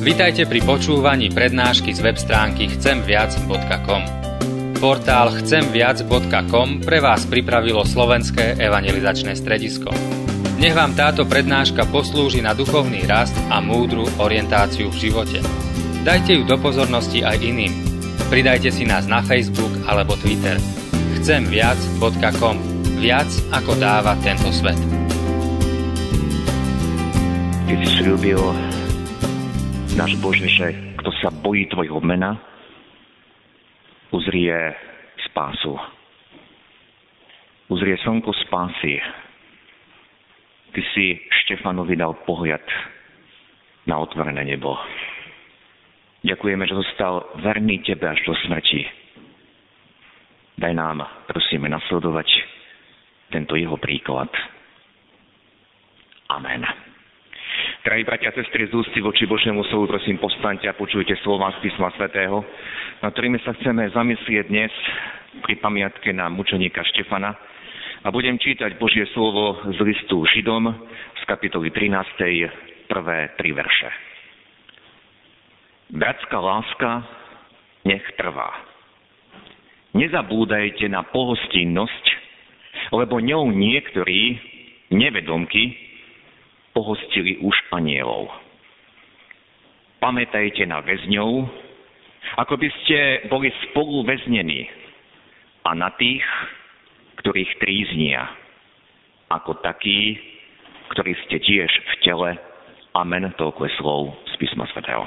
Vitajte pri počúvaní prednášky z web stránky chcemviac.com. Portál chcemviac.com pre vás pripravilo Slovenské evangelizačné stredisko. Nech vám táto prednáška poslúži na duchovný rast a múdru orientáciu v živote. Dajte ju do pozornosti aj iným. Pridajte si nás na Facebook alebo Twitter. chcemviac.com. Viac ako dáva tento svet. Ty si sľúbil, náš Bože, že kto sa bojí tvojho mena, uzrie spásu. Uzrie slnko spásy. Ty si Štefanovi dal pohľad na otvorené nebo. Ďakujeme, že zostal verný tebe až do smrti. Daj nám, prosíme, nasledovať tento jeho príklad. Amen. Drahí bratia a sestry, z úcty voči Božiemu slovu, prosím, povstaňte a počujte slová z písma svätého, na ktorými sa chceme zamyslieť dnes pri pamiatke na mučeníka Štefana. A budem čítať Božie slovo z listu Židom z kapitoly 13. prvé 3 verše. Bratská láska nech trvá. Nezabúdajte na pohostinnosť, lebo ňou niektorí nevedomky pohostili už anielov. Pamätajte na väzňov, ako by ste boli spolu väznení, a na tých, ktorých tríznia, ako takí, ktorí ste tiež v tele. Amen. Toľko je slov z písma svätého.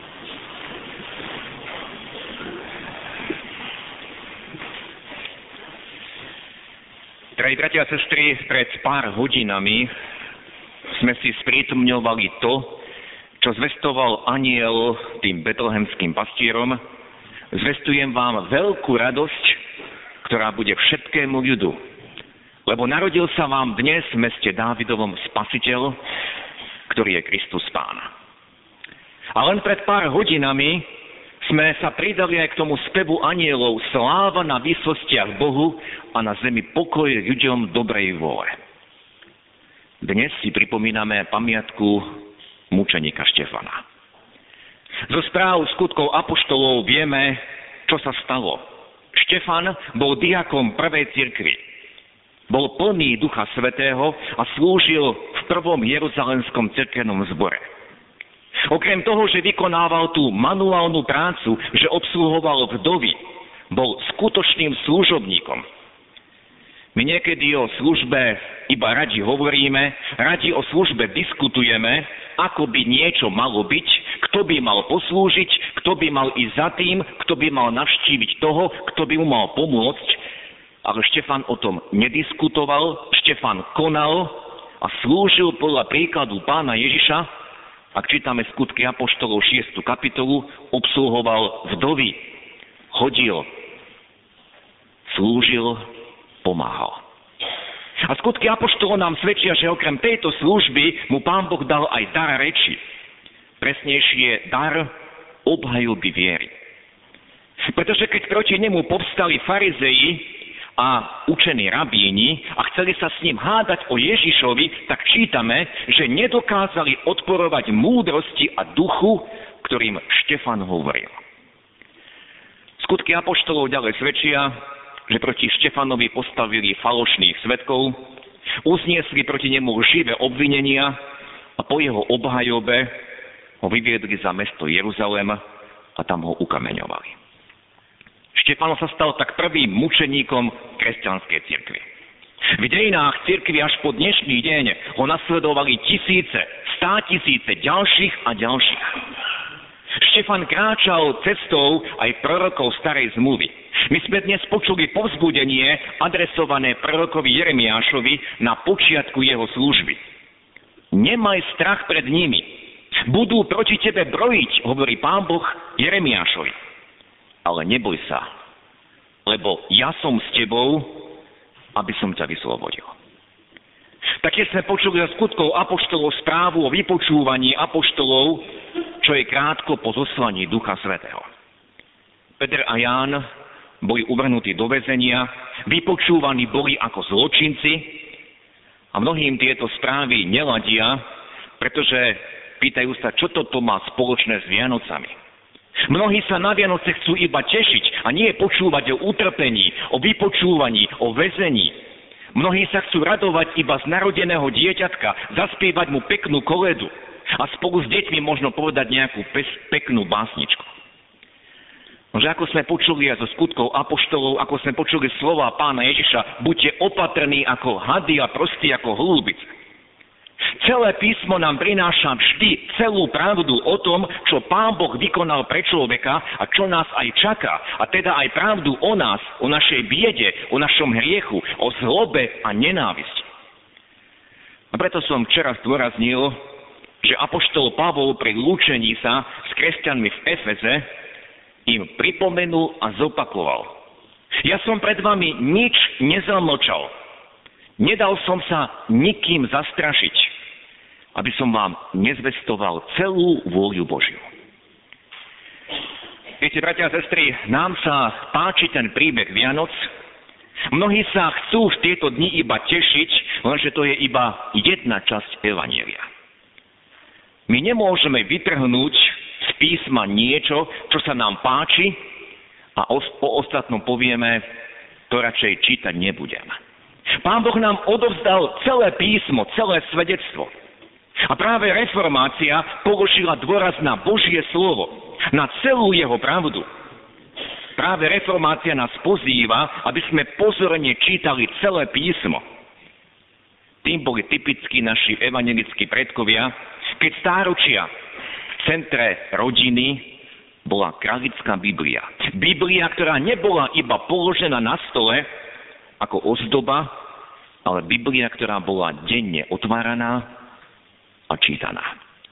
Drahí bratia a sestry, pred pár hodinami sme si sprítomňovali to, čo zvestoval anjel tým betlehemským pastierom. Zvestujem vám veľkú radosť, ktorá bude všetkému ľudu. Lebo narodil sa vám dnes v meste Dávidovom Spasiteľ, ktorý je Kristus Pán. A len pred pár hodinami sme sa pridali aj k tomu spevu anjelov: Sláva na výsostiach Bohu a na zemi pokoj ľuďom dobrej vôle. Dnes si pripomíname pamiatku mučeníka Štefana. Zo správ skutkov apoštolov vieme, čo sa stalo. Štefan bol diakom prvej cirkvi. Bol plný Ducha Svätého a slúžil v prvom jeruzalemskom cirkevnom zbore. Okrem toho, že vykonával tú manuálnu prácu, že obsluhoval vdovy, bol skutočným služobníkom. My niekedy o službe iba radi hovoríme, radi o službe diskutujeme, ako by niečo malo byť, kto by mal poslúžiť, kto by mal ísť za tým, kto by mal navštíviť toho, kto by mu mal pomôcť. Ale Štefan o tom nediskutoval, Štefan konal a slúžil podľa príkladu Pána Ježiša. Ak čítame skutky apoštolov 6. kapitolu, obsluhoval vdovy, chodil, slúžil, pomáhal. A skutky apoštolov nám svedčia, že okrem tejto služby mu Pán Boh dal aj dar reči. Presnejšie dar obhajoby viery. Pretože keď proti nemu povstali farizei a učení rabíni a chceli sa s ním hádať o Ježišovi, tak čítame, že nedokázali odporovať múdrosti a duchu, ktorým Štefan hovoril. Skutky apoštolov ďalej svedčia, že proti Štefanovi postavili falošných svedkov, uzniesli proti nemu živé obvinenia a po jeho obhajobe ho vyviedli za mesto Jeruzalém a tam ho ukameňovali. Štefan sa stal tak prvým mučeníkom kresťanskej cirkvi. V dejinách cirkvi až po dnešný deň ho nasledovali tisíce, 100 000 ďalších a ďalších. Štefan kráčal cestou aj prorokov starej zmluvy. My sme dnes počuli povzbudenie adresované prorokovi Jeremiášovi na počiatku jeho služby. Nemaj strach pred nimi. Budú proti tebe brojiť, hovorí Pán Boh Jeremiášovi. Ale neboj sa, lebo ja som s tebou, aby som ťa vyslobodil. Také sme počuli zo skutkov apoštolov správu o vypočúvaní apoštolov, čo je krátko po zoslaní Ducha Svätého. Peter a Ján boli uvrhnutí do väzenia, vypočúvaní boli ako zločinci a mnohým tieto správy neladia, pretože Pýtajú sa, čo toto má spoločné s Vianocami. Mnohí sa na Vianoce chcú iba tešiť a nie počúvať o utrpení, o vypočúvaní, o väzení. Mnohí sa chcú radovať iba z narodeného dieťatka, zaspievať mu peknú koledu a spolu s deťmi možno povedať nejakú peknú básničku. Že ako sme počuli aj zo skutkov apoštolov, ako sme počuli slova pána Ježiša, buďte opatrní ako hady a prostí ako holubice. Celé písmo nám prináša vždy celú pravdu o tom, čo Pán Boh vykonal pre človeka a čo nás aj čaká. A teda aj pravdu o nás, o našej biede, o našom hriechu, o zlobe a nenávisti. A preto som včera zdôraznil, že apoštol Pavol pri lúčení sa s kresťanmi v Efeze im pripomenul a zopakoval. Ja som pred vami nič nezamlčal. Nedal som sa nikým zastrašiť, aby som vám nezvestoval celú vôľu Božiu. Viete, bratia a sestry, nám sa páči ten príbeh Vianoc. Mnohí sa chcú v tieto dni iba tešiť, lenže to je iba jedna časť evanjelia. My nemôžeme vytrhnúť z písma niečo, čo sa nám páči a o ostatnom povieme, to radšej čítať nebudeme. Pán Boh nám odovzdal celé písmo, celé svedectvo. A práve reformácia položila dôraz na Božie slovo, na celú jeho pravdu. Práve reformácia nás pozýva, aby sme pozorne čítali celé písmo. Tým boli typickí naši evanjelickí predkovia, keď stáročia v centre rodiny bola kráľovská Biblia. Biblia, ktorá nebola iba položená na stole ako ozdoba, ale Biblia, ktorá bola denne otváraná a čítaná.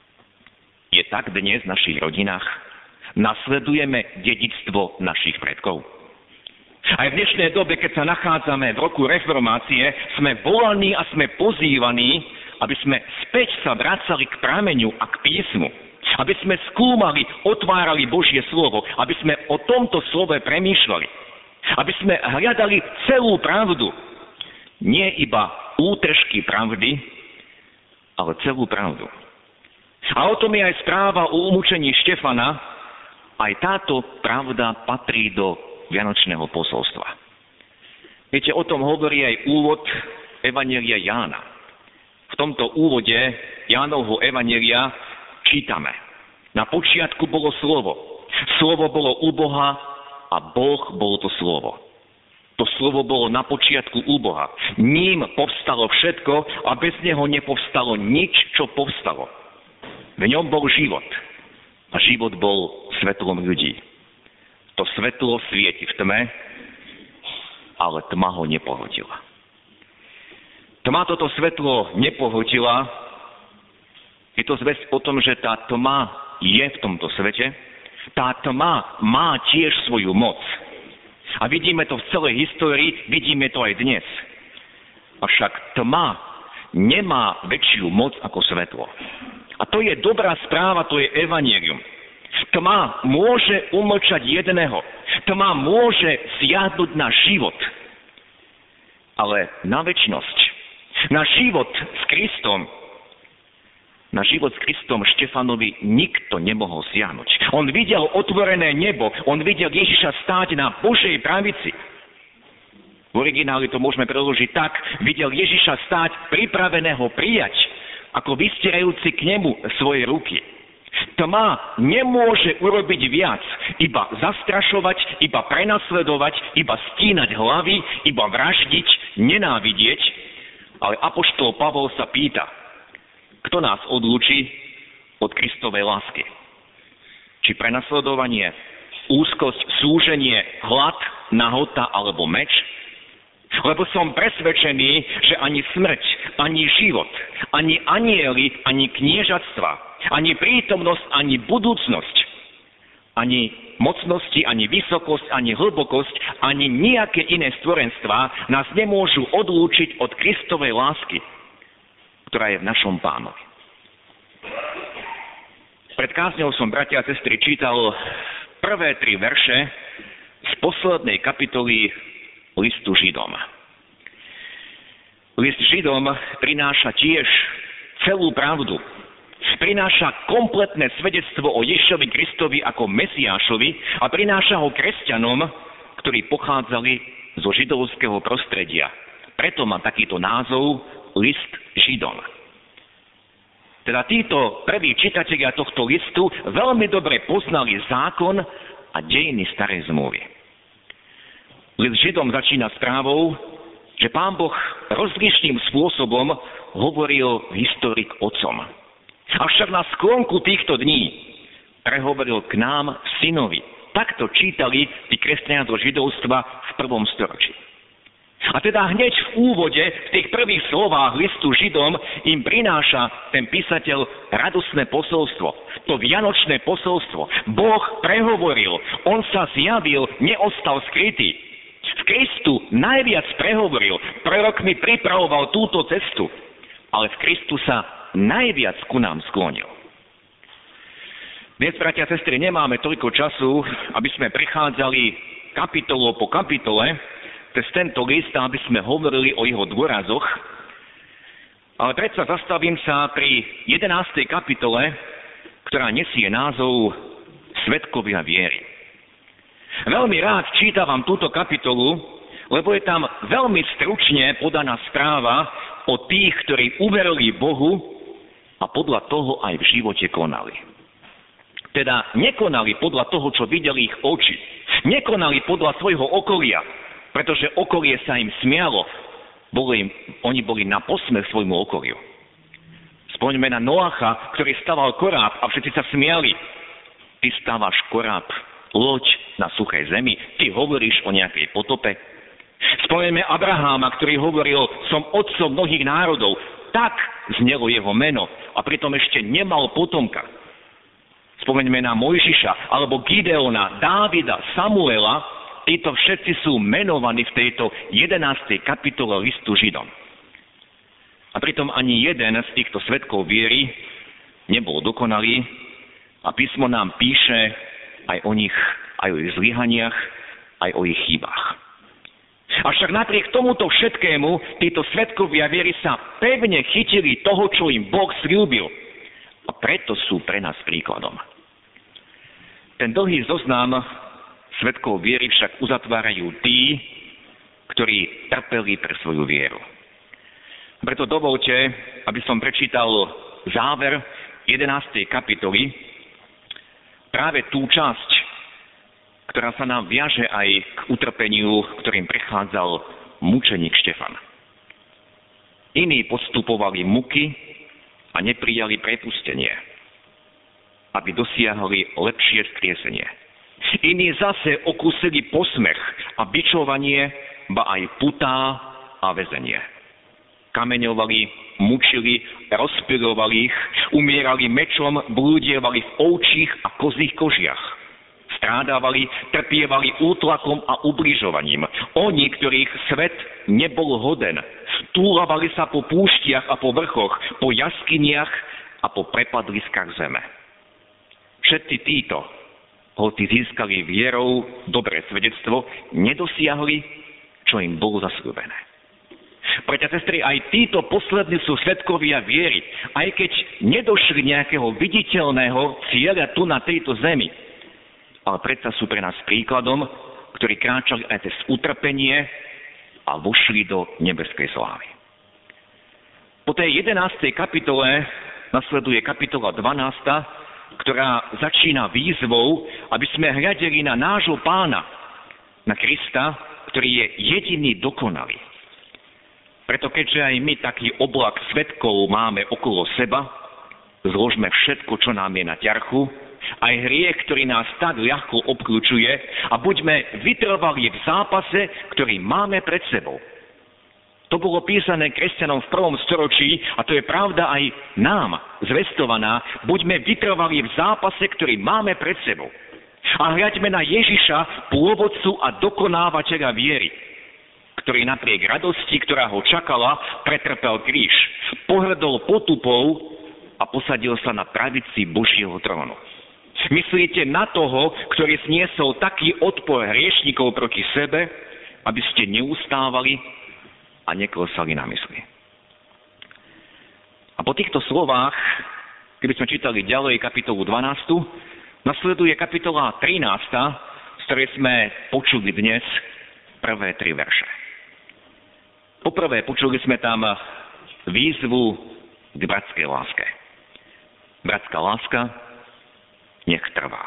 Je tak dnes v našich rodinách? Nasledujeme dedičstvo našich predkov? Aj v dnešnej dobe, keď sa nachádzame v roku reformácie, sme volaní a sme pozývaní, aby sme späť sa vracali k prameňu a k písmu. Aby sme skúmali, otvárali Božie slovo, aby sme o tomto slove premýšľali. Aby sme hľadali celú pravdu. Nie iba útržky pravdy, ale celú pravdu. A o tom je aj správa o umúčení Štefana. Aj táto pravda patrí do vianočného posolstva. Viete, o tom hovorí aj úvod Evanjelia Jána. V tomto úvode Jánovho Evanjelia čítame. Na počiatku bolo slovo. Slovo bolo u Boha a Boh bolo to slovo. To slovo bolo na počiatku u Boha. Ním povstalo všetko a bez neho nepovstalo nič, čo povstalo. V ňom bol život a život bol svetlom ľudí. To svetlo svieti v tme, ale tma ho nepohltila. Tma toto svetlo nepohltila. Je to zvesť o tom, že tá tma je v tomto svete. Tá tma má tiež svoju moc. A vidíme to v celej histórii, vidíme to aj dnes. Avšak tma nemá väčšiu moc ako svetlo. A to je dobrá správa, to je evanjelium. Tma môže umlčať jedného. Tma môže siahnuť na život. Ale na večnosť, na život s Kristom, na život s Kristom Štefanovi nikto nemohol siahnuť. On videl otvorené nebo, on videl Ježiša stáť na Božej pravici. V origináli to môžeme preložiť tak, videl Ježiša stáť pripraveného prijať, ako vystierajúci k nemu svoje ruky. Tma nemôže urobiť viac, iba zastrašovať, iba prenasledovať, iba stínať hlavy, iba vraždiť, nenávidieť. Ale apoštol Pavol sa pýta, kto nás odlúči od Kristovej lásky? Či prenasledovanie, úzkosť, súženie, hlad, nahota alebo meč? Lebo som presvedčený, že ani smrť, ani život, ani anjeli, ani kniežatstva, ani prítomnosť, ani budúcnosť, ani mocnosti, ani vysokosť, ani hlbokosť, ani nejaké iné stvorenstvá nás nemôžu odlúčiť od Kristovej lásky, ktorá je v našom Pánovi. Pred kázňou som, bratia a sestry, čítal prvé 3 verše z poslednej kapitoly listu Židom. List Židom prináša tiež celú pravdu Prináša kompletné svedectvo o Ježišovi Kristovi ako Mesiášovi a prináša ho kresťanom, ktorí pochádzali zo židovského prostredia. Preto má takýto názov List Židom. Teda títo prví čitatelia tohto listu veľmi dobre poznali zákon a dejiny starej zmluvy. List Židom začína správou, že Pán Boh rozličným spôsobom hovoril v histórii k otcom. Avšak na sklonku týchto dní prehovoril k nám v synovi. Takto čítali tí kresťania zo židovstva v 1. storočí. A teda hneď v úvode, v tých prvých slovách listu Židom im prináša ten písateľ radosné posolstvo. To vianočné posolstvo. Boh prehovoril, on sa zjavil, neostal skrytý. V Kristu najviac prehovoril, prorok mi pripravoval túto cestu, ale v Kristu sa najviac ku nám sklonil. Dnes, bratia a sestry, nemáme toľko času, aby sme prechádzali kapitolu po kapitole cez tento list, aby sme hovorili o jeho dôrazoch, ale predsa zastavím sa pri 11. kapitole, ktorá nesie názov Svedkovia viery. Veľmi rád čítavam túto kapitolu, lebo je tam veľmi stručne podaná správa o tých, ktorí uverili Bohu a podľa toho aj v živote konali. Teda nekonali podľa toho, čo videli ich oči. Nekonali podľa svojho okolia, pretože okolie sa im smialo. Oni boli na posmech svojmu okoliu. Spomeňme na Noacha, ktorý staval koráb a všetci sa smiali. Ty stávaš koráb, loď na suchej zemi, ty hovoríš o nejakej potope. Spomeňme Abraháma, ktorý hovoril, som otcom mnohých národov. Tak znelo jeho meno a pritom ešte nemal potomka. Spomeňme na Mojžiša, alebo Gideona, Dávida, Samuela. Títo všetci sú menovaní v tejto 11. kapitole listu Židom. A pritom ani jeden z týchto svedkov viery nebol dokonalý a písmo nám píše aj o nich, aj o ich zlyhaniach, aj o ich chybách. Avšak napriek tomuto všetkému, títo svedkovia viery sa pevne chytili toho, čo im Boh sľúbil. A preto sú pre nás príkladom. Ten dlhý zoznam svedkov viery však uzatvárajú tí, ktorí trpeli pre svoju vieru. Preto dovolte, aby som prečítal záver 11. kapitoly, práve tú časť, ktorá sa nám viaže aj k utrpeniu, ktorým prechádzal mučeník Štefan. Iní podstupovali muky a neprijali prepustenie, aby dosiahli lepšie vzkriesenie. Iní zase okúsili posmech a bičovanie, ba aj putá a väzenie. Kameňovali, mučili, rozpylovali ich, umierali mečom, blúdievali v ovčích a kozích kožiach. Strádávali, trpievali útlakom a ubližovaním. Oni, ktorých svet nebol hoden, stúlavali sa po púštiach a po vrchoch, po jaskyniach a po prepadliskách zeme. Všetci títo, hoci získali vierou dobré svedectvo, nedosiahli, čo im bolo zasľúbené. Bratia a sestry, aj títo poslední sú svedkovia viery, aj keď nedošli nejakého viditeľného cieľa tu na tejto zemi. Ale predsa sú pre nás príkladom, ktorí kráčali aj cez utrpenie a vošli do nebeskej slávy. Po tej 11. kapitole nasleduje kapitola 12, ktorá začína výzvou, aby sme hľadeli na nášho Pána, na Krista, ktorý je jediný dokonalý. Preto keďže aj my taký oblak svedkov máme okolo seba, zložme všetko, čo nám je na ťarchu, aj hriech, ktorý nás tak ľahko obkľúčuje, a buďme vytrvali v zápase, ktorý máme pred sebou. To bolo písané kresťanom v 1. storočí a to je pravda aj nám zvestovaná. Buďme vytrvali v zápase, ktorý máme pred sebou. A hľaďme na Ježiša, pôvodcu a dokonávateľa viery, ktorý napriek radosti, ktorá ho čakala, pretrpel kríž, pohrdol potupou a posadil sa na pravici Božieho trónu. Myslíte na toho, ktorý sniesol taký odpor hriešnikov proti sebe, aby ste neustávali a neklesali na mysli. A po týchto slovách Keby sme čítali ďalej kapitolu 12, nasleduje kapitola 13, z ktorej sme počuli dnes prvé 3 verše. Poprvé počuli sme tam výzvu k bratskej láske. Bratská láska nech trvá.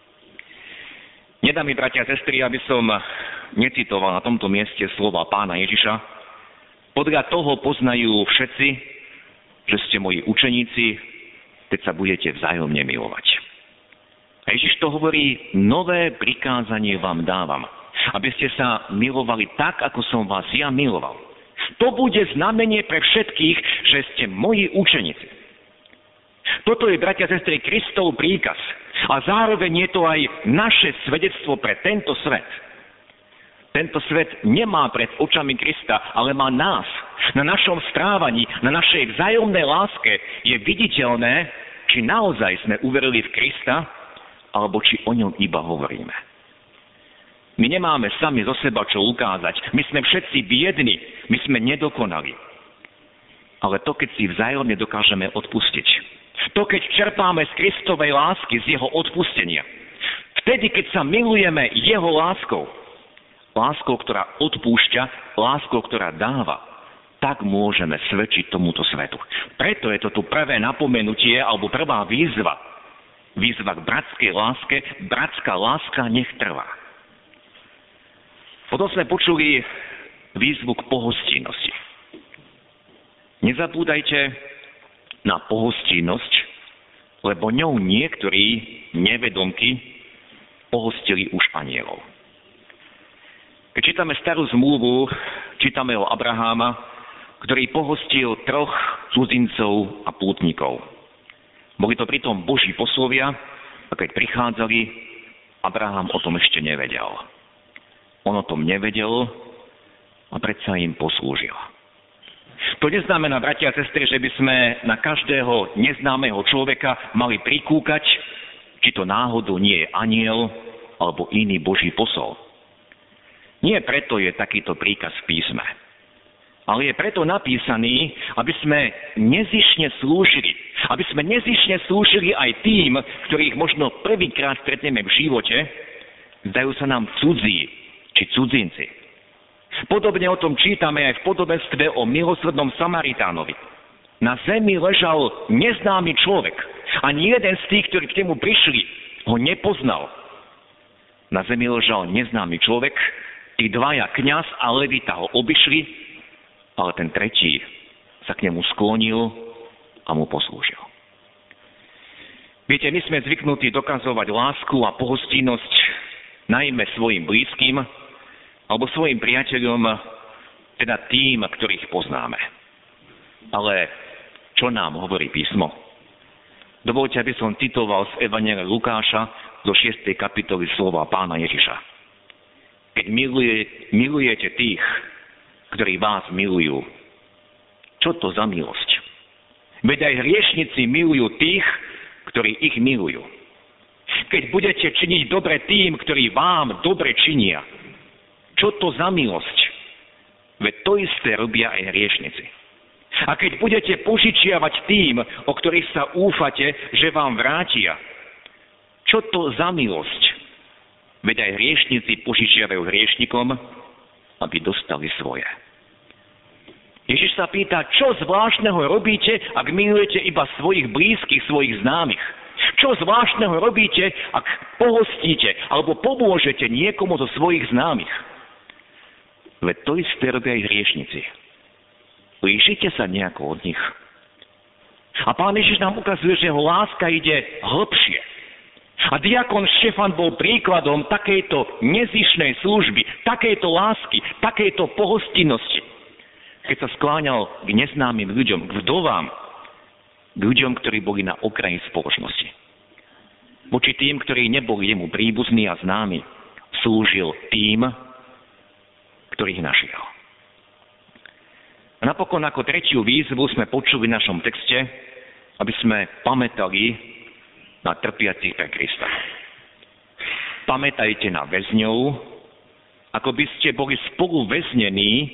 Nedá mi, bratia a sestry, aby som necitoval na tomto mieste slova Pána Ježiša. Podľa toho poznajú všetci, že ste moji učeníci, keď sa budete vzájomne milovať. A Ježiš to hovorí, nové prikázanie vám dávam, aby ste sa milovali tak, ako som vás ja miloval. To bude znamenie pre všetkých, že ste moji učeníci. Toto je, bratia a sestry, Kristov príkaz. A zároveň je to aj naše svedectvo pre tento svet. Tento svet nemá pred očami Krista, ale má nás. Na našom správaní, na našej vzájomnej láske je viditeľné, či naozaj sme uverili v Krista, alebo či o ňom iba hovoríme. My nemáme sami zo seba čo ukázať. My sme všetci biední, my sme nedokonali. Ale to, keď si vzájomne dokážeme odpustiť, to, keď čerpáme z Kristovej lásky, z jeho odpustenia, vtedy, keď sa milujeme jeho láskou, ktorá odpúšťa, láskou, ktorá dáva, tak môžeme svedčiť tomuto svetu. Preto je to tu prvé napomenutie, alebo prvá výzva. Výzva k bratskej láske, bratská láska nech trvá. Potom sme počuli výzvu k pohostinnosti. Nezabúdajte na pohostinnosť, lebo ňou niektorí nevedomky pohostili už anielov. Keď čítame starú zmluvu, čítame o Abraháma, ktorý pohostil 3 cudzincov a pútnikov. Boli to pritom Boží poslovia a keď prichádzali, Abraham o tom ešte nevedel. On o tom nevedel a predsa im poslúžil. To neznamená, bratia a sestry, že by sme na každého neznámeho človeka mali prikúkať, či to náhodou nie je anjel alebo iný Boží posol. Nie preto je takýto príkaz v písme, ale je preto napísaný, aby sme nezišne slúžili. Aby sme nezišne slúžili aj tým, ktorých možno prvýkrát stretneme v živote, zdajú sa nám cudzí či cudzinci. Podobne o tom čítame aj v podobenstve o milosrdnom Samaritánovi. Na zemi ležal neznámy človek. Ani jeden z tých, ktorí k nemu prišli, ho nepoznal. Na zemi ležal neznámy človek, tí 2 kňaz a levita ho obišli, ale ten tretí sa k nemu sklonil a mu poslúžil. Viete, my sme zvyknutí dokazovať lásku a pohostinnosť najmä svojim blízkym, alebo svojim priateľom, teda tým, ktorých poznáme. Ale čo nám hovorí písmo? Dovoľte, aby som citoval z Evanjelia Lukáša zo 6. kapitoly slova Pána Ježiša. Keď milujete tých, ktorí vás milujú, čo to za milosť? Veď aj hriešnici milujú tých, ktorí ich milujú. Keď budete činiť dobre tým, ktorí vám dobre činia, čo to za milosť? Veď to isté robia aj hriešnici. A keď budete požičiavať tým, o ktorých sa úfate, že vám vrátia, čo to za milosť? Veď aj hriešnici požičiavajú hriešnikom, aby dostali svoje. Ježiš sa pýta, čo zvláštneho robíte, ak milujete iba svojich blízkych, svojich známych? Čo zvláštneho robíte, ak pohostíte alebo pomôžete niekomu zo svojich známych? Veď to isté robia aj hriešnici. Líšite sa nejako od nich. A Pán Ježiš nám ukazuje, že jeho láska ide hlbšie. A diakon Štefan bol príkladom takejto nezišnej služby, takejto lásky, takejto pohostinnosti. Keď sa skláňal k neznámym ľuďom, k vdovám, k ľuďom, ktorí boli na okraji spoločnosti. Voči tým, ktorí neboli jemu príbuzní a známi, slúžil tým, ktorých našiel. A napokon ako tretiu výzvu sme počuli v našom texte, aby sme pamätali na trpiacich pre Krista. Pamätajte na väzňov, ako by ste boli spolu väznení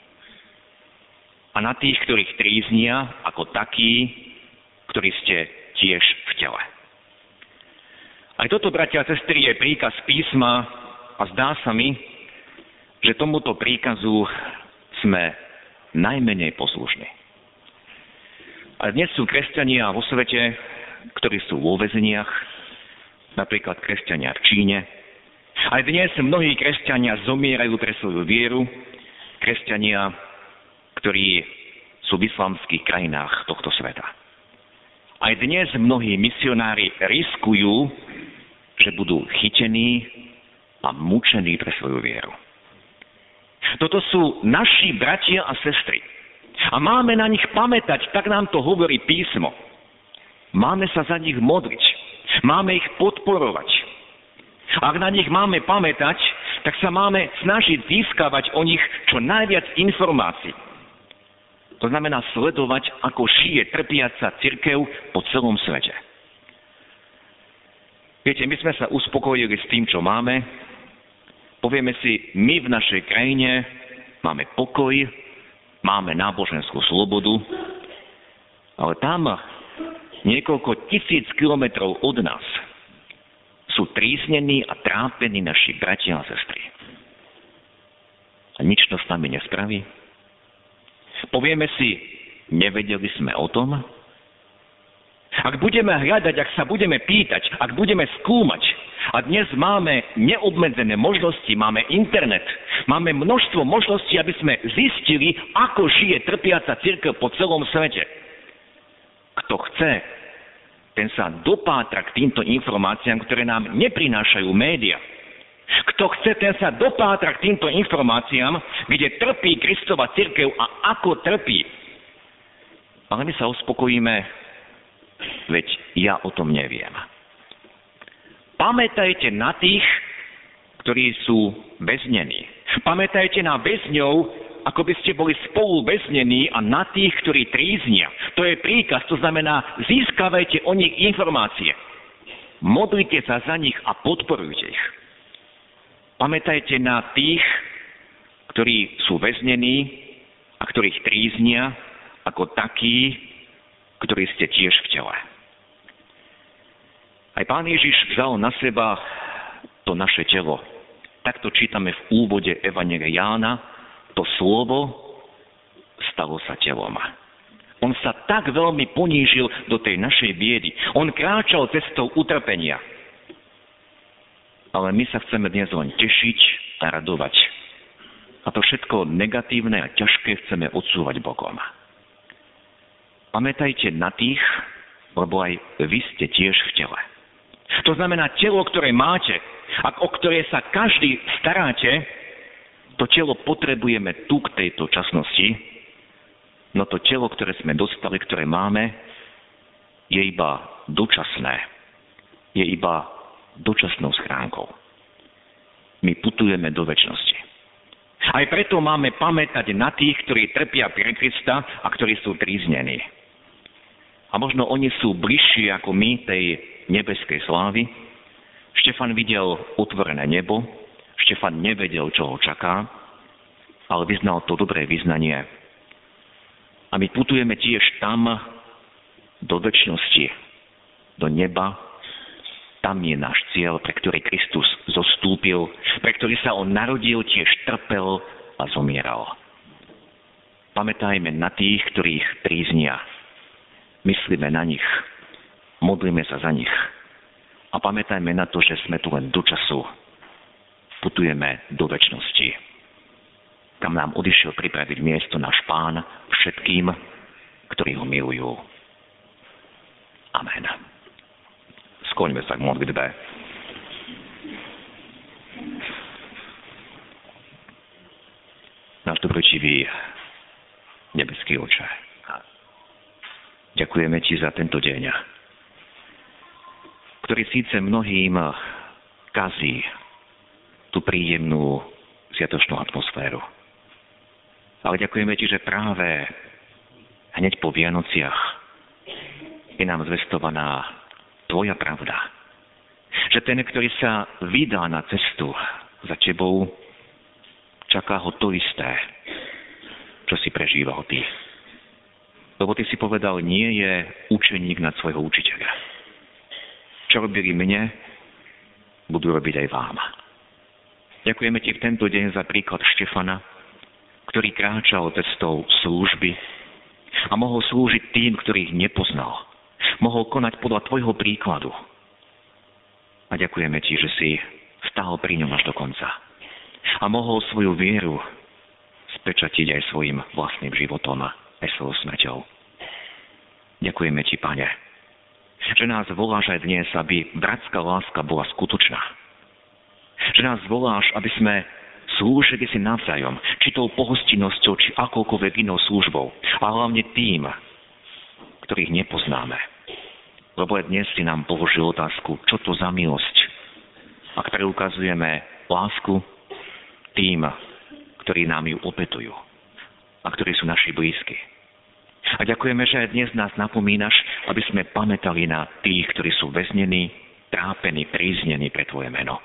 a na tých, ktorých tríznia, ako takí, ktorí ste tiež v tele. Aj toto, bratia a sestry, je príkaz písma a zdá sa mi, že tomuto príkazu sme najmenej poslušní. A dnes sú kresťania vo svete, ktorí sú vo väzeniach, napríklad kresťania v Číne. Aj dnes mnohí kresťania zomierajú pre svoju vieru, kresťania, ktorí sú v islamských krajinách tohto sveta. Aj dnes mnohí misionári riskujú, že budú chytení a mučení pre svoju vieru. Toto sú naši bratia a sestry. A máme na nich pamätať, tak nám to hovorí písmo. Máme sa za nich modliť. Máme ich podporovať. Ak na nich máme pamätať, tak sa máme snažiť získavať o nich čo najviac informácií. To znamená sledovať, ako žije trpiaca cirkev po celom svete. Viete, my sme sa uspokojili s tým, čo máme. Povieme si, my v našej krajine máme pokoj, máme náboženskú slobodu, ale tam niekoľko tisíc kilometrov od nás sú tríznení a trápení naši bratia a sestry. A nič to s nami nespraví. Povieme si, nevedeli sme o tom. Ak budeme hľadať, ak sa budeme pýtať, ak budeme skúmať, a dnes máme neobmedzené možnosti, máme internet, máme množstvo možností, aby sme zistili, ako žije trpiaca cirkev po celom svete. Kto chce, ten sa dopátra k týmto informáciám, ktoré nám neprinášajú médiá. Kto chce, ten sa dopátra k týmto informáciám, kde trpí Kristova cirkev a ako trpí. Ale my sa uspokojíme, veď ja o tom neviem. Pamätajte na tých, ktorí sú väznení. Pamätajte na väzňov, ako by ste boli spolu väznení, a na tých, ktorí tríznia. To je príkaz, to znamená, získavajte o nich informácie. Modlite sa za nich a podporujte ich. Pamätajte na tých, ktorí sú väznení a ktorých tríznia, ako takí, ktorí ste tiež v tele. Aj Pán Ježiš vzal na seba to naše telo. Takto čítame v úvode Evanjelia Jána. To slovo stalo sa telom. On sa tak veľmi ponížil do tej našej biedy. On kráčal cestou utrpenia. Ale my sa chceme dnes len tešiť a radovať. A to všetko negatívne a ťažké chceme odsúvať bokom. Pamätajte na tých, lebo aj vy ste tiež v tele. To znamená, telo, ktoré máte a o ktoré sa každý staráte, to telo potrebujeme tu k tejto časnosti, no to telo, ktoré sme dostali, ktoré máme, je iba dočasné. Je iba dočasnou schránkou. My putujeme do večnosti. Aj preto máme pamätať na tých, ktorí trpia pre Krista a ktorí sú tríznení. A možno oni sú bližší ako my tej nebeskej slávy. Štefan videl otvorené nebo, Štefan nevedel, čo ho čaká, ale vyznal to dobré vyznanie. A my putujeme tiež tam do večnosti, do neba. Tam je náš cieľ, pre ktorý Kristus zostúpil, pre ktorý sa on narodil, tiež trpel a zomieral. Pamätajme na tých, ktorých tríznia. Myslíme na nich, modlíme sa za nich a pamätajme na to, že sme tu len do času. Putujeme do večnosti. Kam nám odišiel pripraviť miesto náš Pán všetkým, ktorí ho milujú. Amen. Skloňme sa k modlitbe. Náš dobrečivý nebeský Oče, ďakujeme Ti za tento deň, ktorý síce mnohým kazí tú príjemnú sviatočnú atmosféru. Ale ďakujeme Ti, že práve hneď po Vianociach je nám zvestovaná Tvoja pravda. Že ten, ktorý sa vydá na cestu za Tebou, čaká ho to isté, čo si prežíval Ty. Lebo ty si povedal, nie je učeník nad svojho učiteľa. Čo robili mne, budú robiť aj vám. Ďakujeme ti v tento deň za príklad Štefana, ktorý kráčal cestou služby a mohol slúžiť tým, ktorých nepoznal. Mohol konať podľa tvojho príkladu. A ďakujeme ti, že si stál pri ňom až do konca. A mohol svoju vieru spečatiť aj svojim vlastným životom, aj svojou smrťou. Ďakujeme ti, Pane, že nás voláš aj dnes, aby bratská láska bola skutočná. Že nás voláš, aby sme slúžili si navzájom, či tou pohostinnosťou, či akoukoľvek inou službou. A hlavne tým, ktorých nepoznáme. Lebo aj dnes si nám položil otázku, čo to za milosť, ak preukazujeme lásku tým, ktorí nám ju opätujú a ktorí sú naši blízki. A ďakujeme, že aj dnes nás napomínaš, aby sme pamätali na tých, ktorí sú väznení, trápení, príznení pre tvoje meno.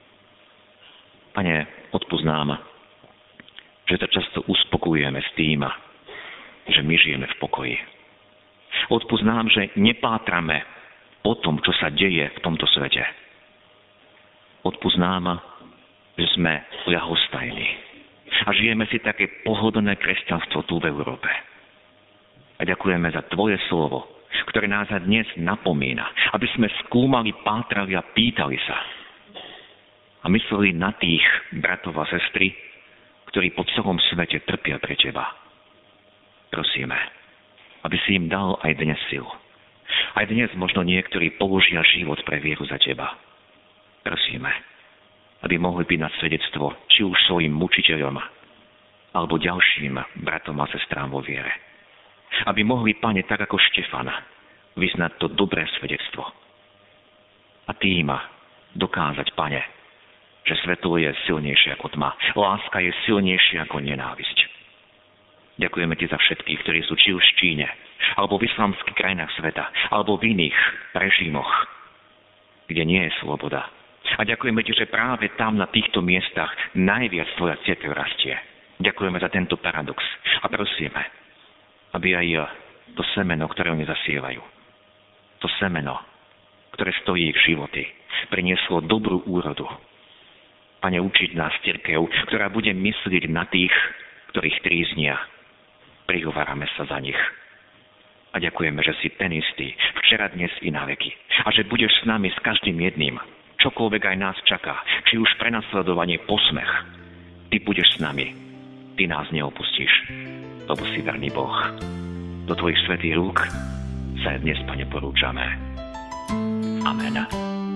Pane, odpusť nám, že sa často uspokojujeme s tým, že my žijeme v pokoji. Odpusť nám, že nepátrame po tom, čo sa deje v tomto svete. Odpusť nám, že sme ľahostajní a žijeme si také pohodlné kresťanstvo tu v Európe. A ďakujeme za tvoje slovo, ktoré nás dnes napomína, aby sme skúmali, pátrali a pýtali sa. A mysleli na tých bratov a sestry, ktorí po celom svete trpia pre teba. Prosíme, aby si im dal aj dnes silu. Aj dnes možno niektorí položia život pre vieru za teba. Prosíme, aby mohli byť na svedectvo, či už svojim mučiteľom, alebo ďalším bratom a sestrám vo viere. Aby mohli, Pane, tak ako Štefan, vyznať to dobré svedectvo. A tým dokázať, Pane, že svetlo je silnejšie ako tma. Láska je silnejšia ako nenávisť. Ďakujeme ti za všetkých, ktorí sú či už v Číne, alebo v islamských krajinách sveta, alebo v iných režimoch, kde nie je sloboda. A ďakujeme ti, že práve tam, na týchto miestach, najviac tvoja cirkev rastie. Ďakujeme za tento paradox a prosíme, aby aj to semeno, ktoré oni zasievajú, to semeno, ktoré stojí ich životy, prinieslo dobrú úrodu. Pane, učiť nás cirkev, ktorá bude myslieť na tých, ktorých tríznia. Prihovárame sa za nich. A ďakujeme, že si ten istý, včera, dnes i na veky. A že budeš s nami, s každým jedným. Čokoľvek aj nás čaká, či už prenasledovanie, posmech. Ty budeš s nami. Ty nás neopustíš, lebo si verný Boh. Do tvojich svätých rúk sa dnes, Pane, porúčame. Amen.